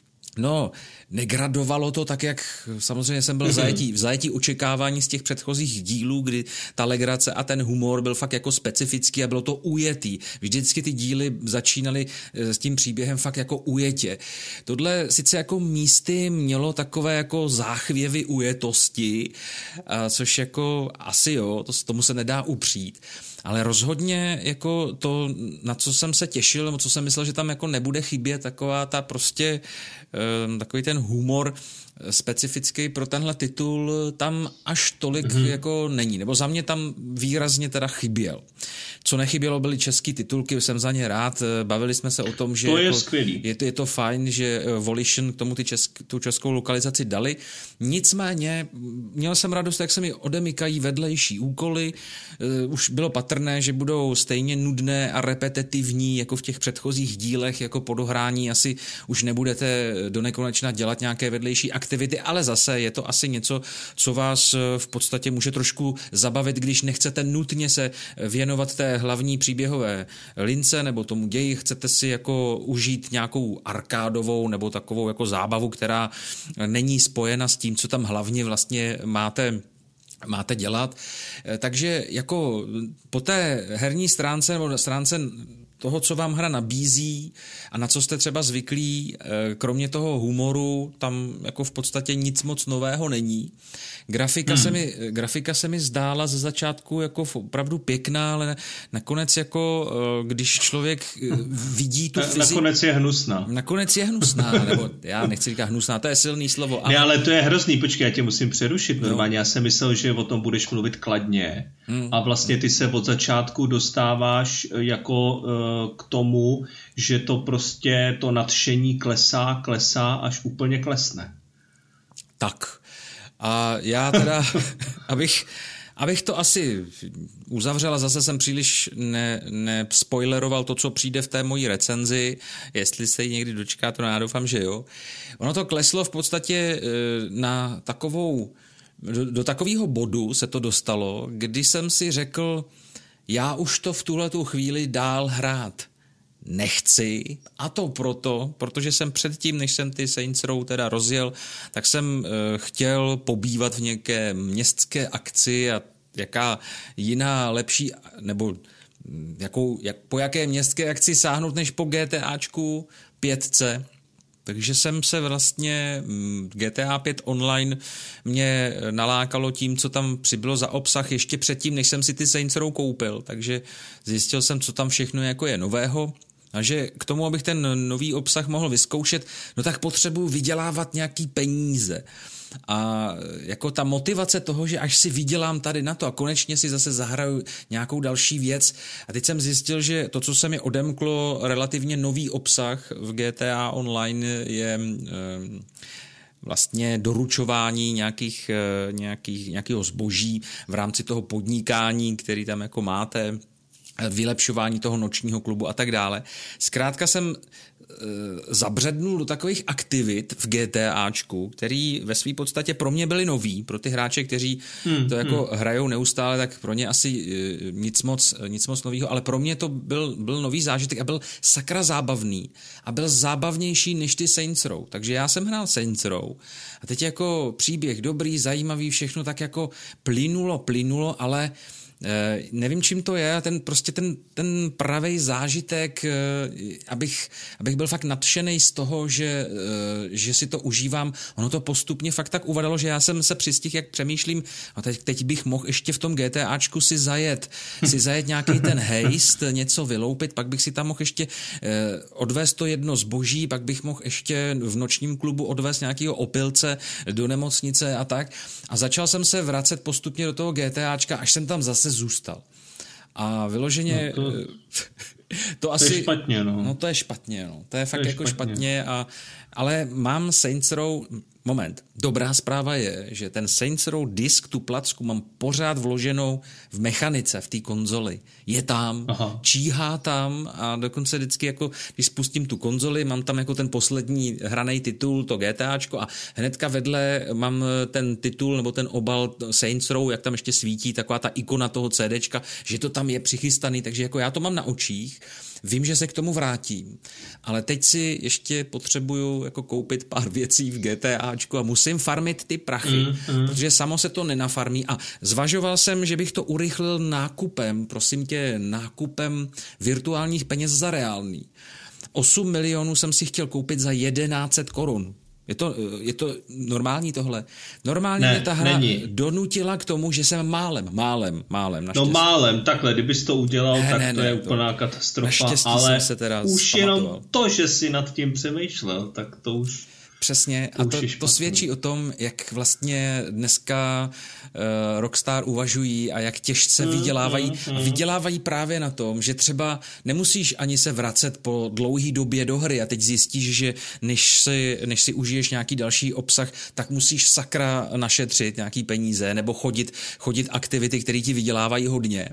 Speaker 1: No, negradovalo to tak, jak samozřejmě jsem byl v zajetí, v zajetí očekávání z těch předchozích dílů, kdy ta legrace a ten humor byl fakt jako specifický a bylo to ujetý. Vždycky ty díly začínaly s tím příběhem fakt jako ujetě. Tohle sice jako místy mělo takové jako záchvěvy ujetosti, což jako asi jo, to, tomu se nedá upřít. Ale rozhodně jako to, na co jsem se těšil, nebo co jsem myslel, že tam jako nebude chybět, taková ta prostě takový ten humor specifický pro tenhle titul tam až tolik mm-hmm. jako není. Nebo za mě tam výrazně teda chyběl. Co nechybělo, byly český titulky, jsem za ně rád. Bavili jsme se o tom, že
Speaker 2: to je,
Speaker 1: jako,
Speaker 2: skvělý.
Speaker 1: Je, to, je to fajn, že Volition k tomu ty česk, tu českou lokalizaci dali. Nicméně měl jsem radost, jak se mi odemykají vedlejší úkoly. Uh, už bylo patrné, že budou stejně nudné a repetitivní jako v těch předchozích dílech, jako po dohrání asi už nebudete do nekonečna dělat nějaké vedlejší aktivity, ale zase je to asi něco, co vás v podstatě může trošku zabavit, když nechcete nutně se věnovat té hlavní příběhové lince nebo tomu ději, chcete si jako užít nějakou arkádovou nebo takovou jako zábavu, která není spojena s tím, co tam hlavně vlastně máte máte dělat. Takže jako po té herní stránce nebo stránce toho, co vám hra nabízí a na co jste třeba zvyklí, kromě toho humoru, tam jako v podstatě nic moc nového není. Grafika, hmm. se mi, grafika se mi zdála ze začátku jako opravdu pěkná, ale nakonec jako, když člověk vidí tu fyzi...
Speaker 2: Nakonec je hnusná.
Speaker 1: Nakonec je hnusná, nebo já nechci říkat hnusná, to je silný slovo.
Speaker 2: Ne, ale to je hrozný, počkej, já tě musím přerušit normálně, no. Já jsem myslel, že o tom budeš mluvit kladně hmm. a vlastně ty se od začátku dostáváš jako k tomu, že to prostě to nadšení klesá, klesá, až úplně klesne.
Speaker 1: Tak. A já teda, abych, abych to asi uzavřel a zase jsem příliš ne, nespoileroval to, co přijde v té mojí recenzi, jestli se ji někdy dočká, to já doufám, že jo. Ono to kleslo v podstatě na takovou, do, do takového bodu se to dostalo, kdy jsem si řekl, já už to v tuhletu chvíli dál hrát nechci, a to proto, protože jsem předtím, než jsem ty Saints Row teda rozjel, tak jsem e, chtěl pobývat v nějaké městské akci a jaká jiná lepší, nebo jakou, jak, po jaké městské akci sáhnout než po GTAčku pětce. Takže jsem se vlastně, G T A pět online mě nalákalo tím, co tam přibylo za obsah ještě předtím, než jsem si ty Saints Row koupil, takže zjistil jsem, co tam všechno jako je nového. A že k tomu, abych ten nový obsah mohl vyzkoušet, no tak potřebuji vydělávat nějaký peníze. A jako ta motivace toho, že až si vydělám tady na to a konečně si zase zahraju nějakou další věc. A teď jsem zjistil, že to, co se mi odemklo, relativně nový obsah v G T A Online je vlastně doručování nějakých, nějakých, nějakého zboží v rámci toho podnikání, který tam jako máte, vylepšování toho nočního klubu a tak dále. Zkrátka jsem e, zabřednul do takových aktivit v GTAčku, který ve své podstatě pro mě byly nový, pro ty hráče, kteří hmm, to jako hmm. hrajou neustále, tak pro ně asi e, nic moc, nic moc novýho, ale pro mě to byl, byl nový zážitek a byl sakra zábavný a byl zábavnější než ty Saints Row. Takže já jsem hrál Saints Row a teď jako příběh dobrý, zajímavý, všechno tak jako plynulo, plynulo, ale Uh, nevím, čím to je, ten prostě ten, ten pravej zážitek, uh, abych, abych byl fakt nadšenej z toho, že, uh, že si to užívám. Ono to postupně fakt tak uvadalo, že já jsem se přistihl, jak přemýšlím, a teď, teď bych mohl ještě v tom GTAčku si zajet, si zajet nějaký ten hejst, něco vyloupit, pak bych si tam mohl ještě uh, odvést to jedno zboží, pak bych mohl ještě v nočním klubu odvést nějakého opilce do nemocnice a tak. A začal jsem se vracet postupně do toho GTAčka, až jsem tam zase zůstal. A vyloženě
Speaker 2: no to,
Speaker 1: to,
Speaker 2: to
Speaker 1: asi...
Speaker 2: To je špatně, no.
Speaker 1: No to je špatně, no. To je fakt
Speaker 2: to je
Speaker 1: jako
Speaker 2: špatně.
Speaker 1: špatně a... Ale mám Saints Row... Moment. Dobrá zpráva je, že ten Saints Row disk, tu placku mám pořád vloženou v mechanice, v té konzoli. Je tam, Aha. číhá tam a dokonce vždycky jako, když spustím tu konzoli, mám tam jako ten poslední hranej titul, to GTAčko a hnedka vedle mám ten titul nebo ten obal Saints Row, jak tam ještě svítí taková ta ikona toho CDčka, že to tam je přichystaný, takže jako já to mám na očích. Vím, že se k tomu vrátím, ale teď si ještě potřebuju jako koupit pár věcí v GTAčku a musím farmit ty prachy, mm, mm. protože samo se to nenafarmí a zvažoval jsem, že bych to urychlil nákupem, prosím tě, nákupem virtuálních peněz za reální. osm milionů jsem si chtěl koupit za jedenáct set korun. Je to, je to normální tohle? Normálně
Speaker 2: ne,
Speaker 1: mě ta hra
Speaker 2: není.
Speaker 1: donutila k tomu, že jsem málem, málem, málem. Naštěstí.
Speaker 2: No málem, takhle, kdybys to udělal, ne, tak
Speaker 1: ne,
Speaker 2: to
Speaker 1: ne,
Speaker 2: je
Speaker 1: to,
Speaker 2: úplná katastrofa,
Speaker 1: jsem
Speaker 2: ale
Speaker 1: se teda
Speaker 2: už
Speaker 1: zpamatoval.
Speaker 2: jenom to, že jsi nad tím přemýšlel, tak to už...
Speaker 1: Přesně, to a to, to svědčí o tom, jak vlastně dneska uh, Rockstar uvažují a jak těžce vydělávají.
Speaker 2: Mm, mm,
Speaker 1: a vydělávají právě na tom, že třeba nemusíš ani se vracet po dlouhý době do hry a teď zjistíš, že než si, než si užiješ nějaký další obsah, tak musíš sakra našetřit nějaký peníze nebo chodit, chodit aktivity, které ti vydělávají hodně.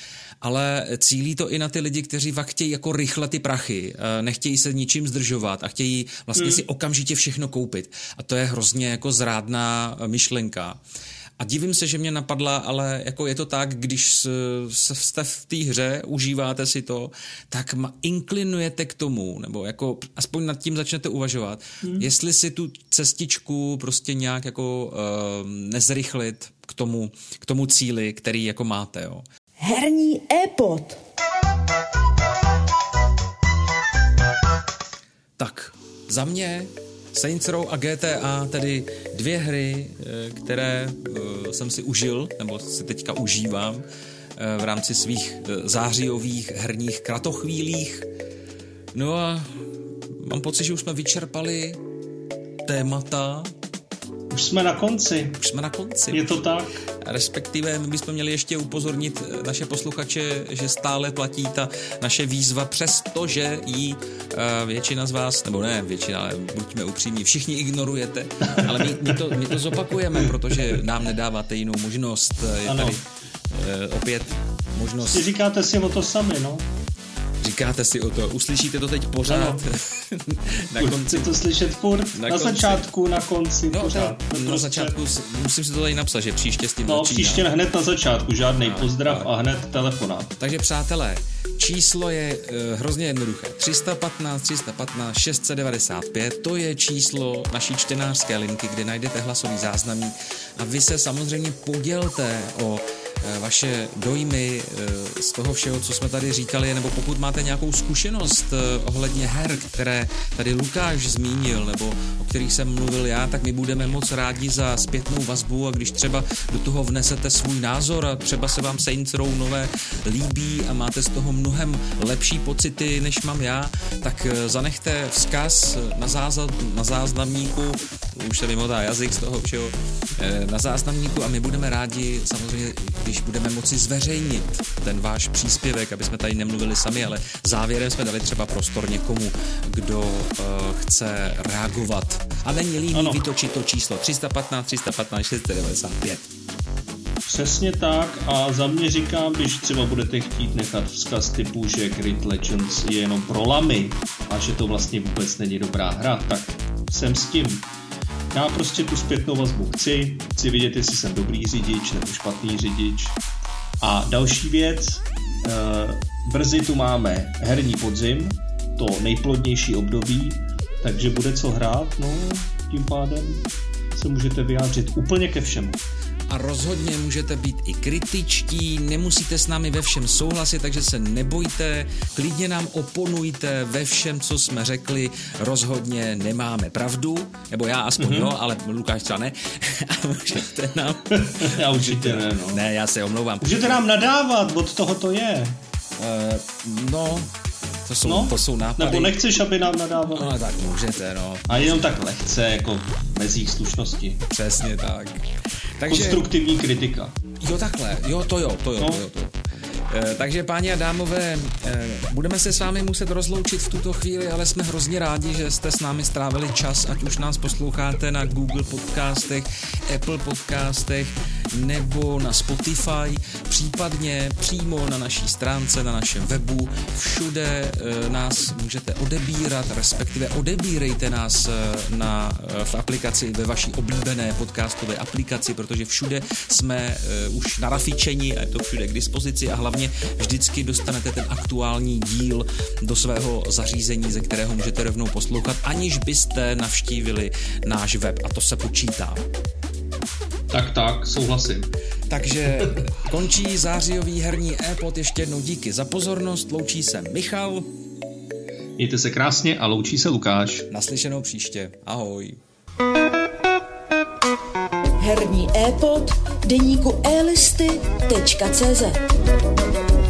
Speaker 1: Ale cílí to i na ty lidi, kteří fakt chtějí jako rychle ty prachy, nechtějí se ničím zdržovat a chtějí vlastně mm. si okamžitě všechno koupit. A to je hrozně jako zrádná myšlenka. A divím se, že mě napadla, ale jako je to tak, když jste v té hře, užíváte si to, tak inklinujete k tomu, nebo jako aspoň nad tím začnete uvažovat, mm. jestli si tu cestičku prostě nějak jako uh, nezrychlit k tomu, k tomu cíli, který jako máte, jo.
Speaker 3: Herní e-pod.
Speaker 1: Tak, za mě Saints Row a G T A, tedy dvě hry, které jsem si užil, nebo si teďka užívám v rámci svých zářijových herních kratochvílích. No a mám pocit, že už jsme vyčerpali témata
Speaker 2: Už jsme na konci.
Speaker 1: Už jsme na konci.
Speaker 2: Je to tak?
Speaker 1: Respektive my bychom měli ještě upozornit naše posluchače, že stále platí ta naše výzva, přestože ji uh, většina z vás, nebo ne většina, ale buďme upřímní, všichni ignorujete, ale my, my, to, my to zopakujeme, protože nám nedáváte jinou možnost. Je
Speaker 2: ano.
Speaker 1: tady uh, opět možnost...
Speaker 2: Říkáte si o to sami, no.
Speaker 1: Říkáte si o to, uslyšíte to teď pořád.
Speaker 2: Na konci to slyšet furt, na, na začátku, na konci,
Speaker 1: no,
Speaker 2: pořád.
Speaker 1: Na, na začátku, musím si to tady napsat, že příště s tím
Speaker 2: No,
Speaker 1: začíná.
Speaker 2: příště hned na začátku, žádný no, pozdrav no. a hned telefonát.
Speaker 1: Takže přátelé, číslo je uh, hrozně jednoduché. tři sta patnáct, tři sta patnáct, šest set devadesát pět, to je číslo naší čtenářské linky, kde najdete hlasový záznamí a vy se samozřejmě podělte o vaše dojmy z toho všeho, co jsme tady říkali, nebo pokud máte nějakou zkušenost ohledně her, které tady Lukáš zmínil, nebo o kterých jsem mluvil já, tak my budeme moc rádi za zpětnou vazbu a když třeba do toho vnesete svůj názor a třeba se vám Saints Row nové líbí a máte z toho mnohem lepší pocity, než mám já, tak zanechte vzkaz na, záza, na záznamníku, už se mi motá jazyk z toho všeho, na záznamníku a my budeme rádi samozřejmě, když budeme moci zveřejnit ten váš příspěvek, aby jsme tady nemluvili sami, ale závěrem jsme dali třeba prostor někomu, kdo uh, chce reagovat. A není líný vytočit to číslo tři sta patnáct, tři sta patnáct, šest set devadesát pět.
Speaker 2: Přesně tak a za mě říkám, když třeba budete chtít nechat vzkaz typu, že Grid Legends je jenom pro lamy a že to vlastně vůbec není dobrá hra, tak jsem s tím. Já prostě tu zpětnou vazbu chci, chci vidět, jestli jsem dobrý řidič nebo špatný řidič. A další věc, e, brzy tu máme herní podzim, to nejplodnější období, takže bude co hrát, no tím pádem se můžete vyjádřit úplně ke všemu.
Speaker 1: A rozhodně můžete být i kritičtí, nemusíte s námi ve všem souhlasit, takže se nebojte, klidně nám oponujte ve všem, co jsme řekli, rozhodně nemáme pravdu, nebo já aspoň mm-hmm. jo, ale Lukáš třeba ne, a můžete nám...
Speaker 2: já určitě ne, no.
Speaker 1: Ne, já se omlouvám.
Speaker 2: Můžete nám nadávat, od toho to je.
Speaker 1: Uh, no... To jsou,
Speaker 2: no,
Speaker 1: to jsou nápady.
Speaker 2: Nebo nechceš, aby nám nadával?
Speaker 1: No tak můžete, no.
Speaker 2: A jenom tak lehce, jako mezích slušnosti.
Speaker 1: Přesně tak. Takže...
Speaker 2: Konstruktivní kritika.
Speaker 1: Jo takhle, jo to jo, to jo, no. to jo, to jo. E, takže páni a dámové, e, budeme se s vámi muset rozloučit v tuto chvíli, ale jsme hrozně rádi, že jste s námi strávili čas, ať už nás posloucháte na Google podcastech, Apple podcastech nebo na Spotify, případně přímo na naší stránce, na našem webu. Všude e, nás můžete odebírat, respektive odebírejte nás e, na, e, v aplikaci, ve vaší oblíbené podcastové aplikaci, protože všude jsme e, už narafičeni a je to všude k dispozici a hlavně vždycky dostanete ten aktuální díl do svého zařízení, ze kterého můžete rovnou poslouchat, aniž byste navštívili náš web a to se počítá.
Speaker 2: Tak, tak, souhlasím.
Speaker 1: Takže končí zářijový herní e-pod, ještě jednou díky za pozornost, loučí se Michal.
Speaker 2: Mějte se krásně a loučí se Lukáš.
Speaker 1: Naslyšenou příště, ahoj.
Speaker 3: Herní e-pod deníku e listy tečka cé zet